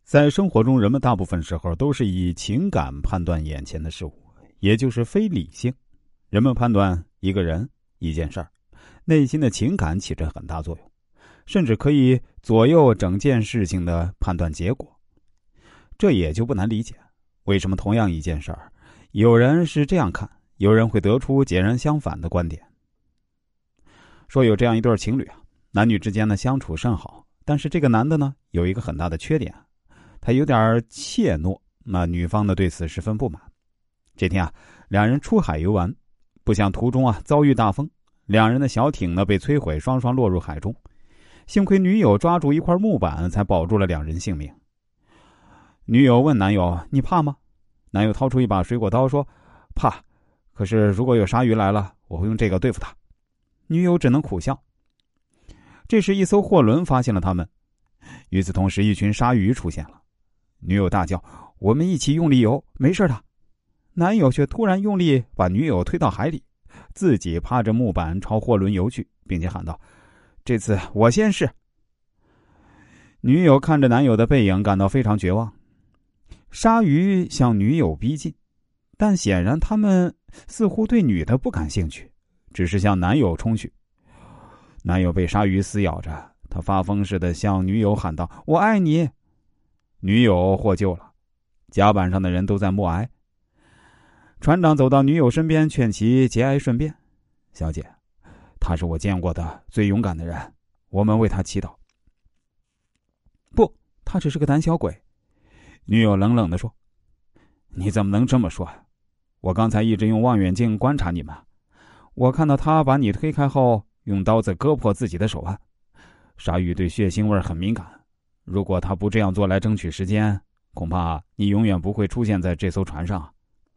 在生活中，人们大部分时候都是以情感判断眼前的事物，也就是非理性。人们判断一个人、一件事儿，内心的情感起着很大作用，甚至可以左右整件事情的判断结果。这也就不难理解，为什么同样一件事儿，有人是这样看，有人会得出截然相反的观点。说有这样一对情侣啊，男女之间呢相处甚好，但是这个男的呢有一个很大的缺点，他有点怯懦，那女方呢对此十分不满。这天啊，两人出海游玩，不想途中啊遭遇大风，两人的小艇呢被摧毁，双双落入海中。幸亏女友抓住一块木板，才保住了两人性命。女友问男友：“你怕吗？”男友掏出一把水果刀说：“怕，可是如果有鲨鱼来了，我会用这个对付它。”女友只能苦笑。这时一艘货轮发现了他们，与此同时一群鲨鱼出现了。女友大叫：“我们一起用力游，没事的。”男友却突然用力把女友推到海里，自己趴着木板朝货轮游去，并且喊道：“这次我先试。”女友看着男友的背影感到非常绝望。鲨鱼向女友逼近，但显然他们似乎对女的不感兴趣，只是向男友冲去。男友被鲨鱼撕咬着，他发疯似的向女友喊道：“我爱你！”女友获救了，甲板上的人都在默哀。船长走到女友身边，劝其节哀顺变：“小姐，他是我见过的最勇敢的人，我们为他祈祷。”“不，他只是个胆小鬼。”女友冷冷地说。“你怎么能这么说？我刚才一直用望远镜观察你们，我看到他把你推开后，用刀子割破自己的手腕。鲨鱼对血腥味很敏感，如果他不这样做来争取时间，恐怕你永远不会出现在这艘船上。”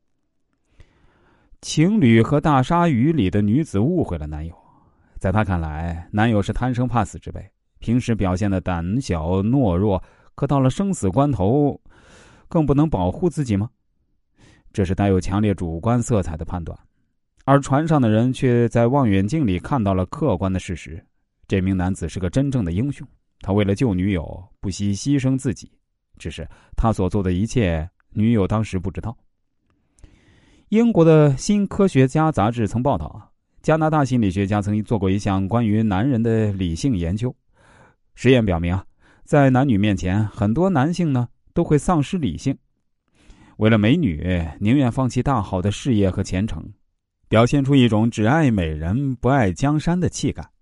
情侣和大鲨鱼里的女子误会了男友，在他看来，男友是贪生怕死之辈，平时表现的胆小懦弱，可到了生死关头，更不能保护自己吗？这是带有强烈主观色彩的判断，而船上的人却在望远镜里看到了客观的事实。这名男子是个真正的英雄，他为了救女友，不惜牺牲自己，只是他所做的一切，女友当时不知道。英国的新科学家杂志曾报道，加拿大心理学家曾做过一项关于男人的理性研究。实验表明，在男女面前，很多男性呢都会丧失理性，为了美女，宁愿放弃大好的事业和前程，表现出一种只爱美人不爱江山的气概。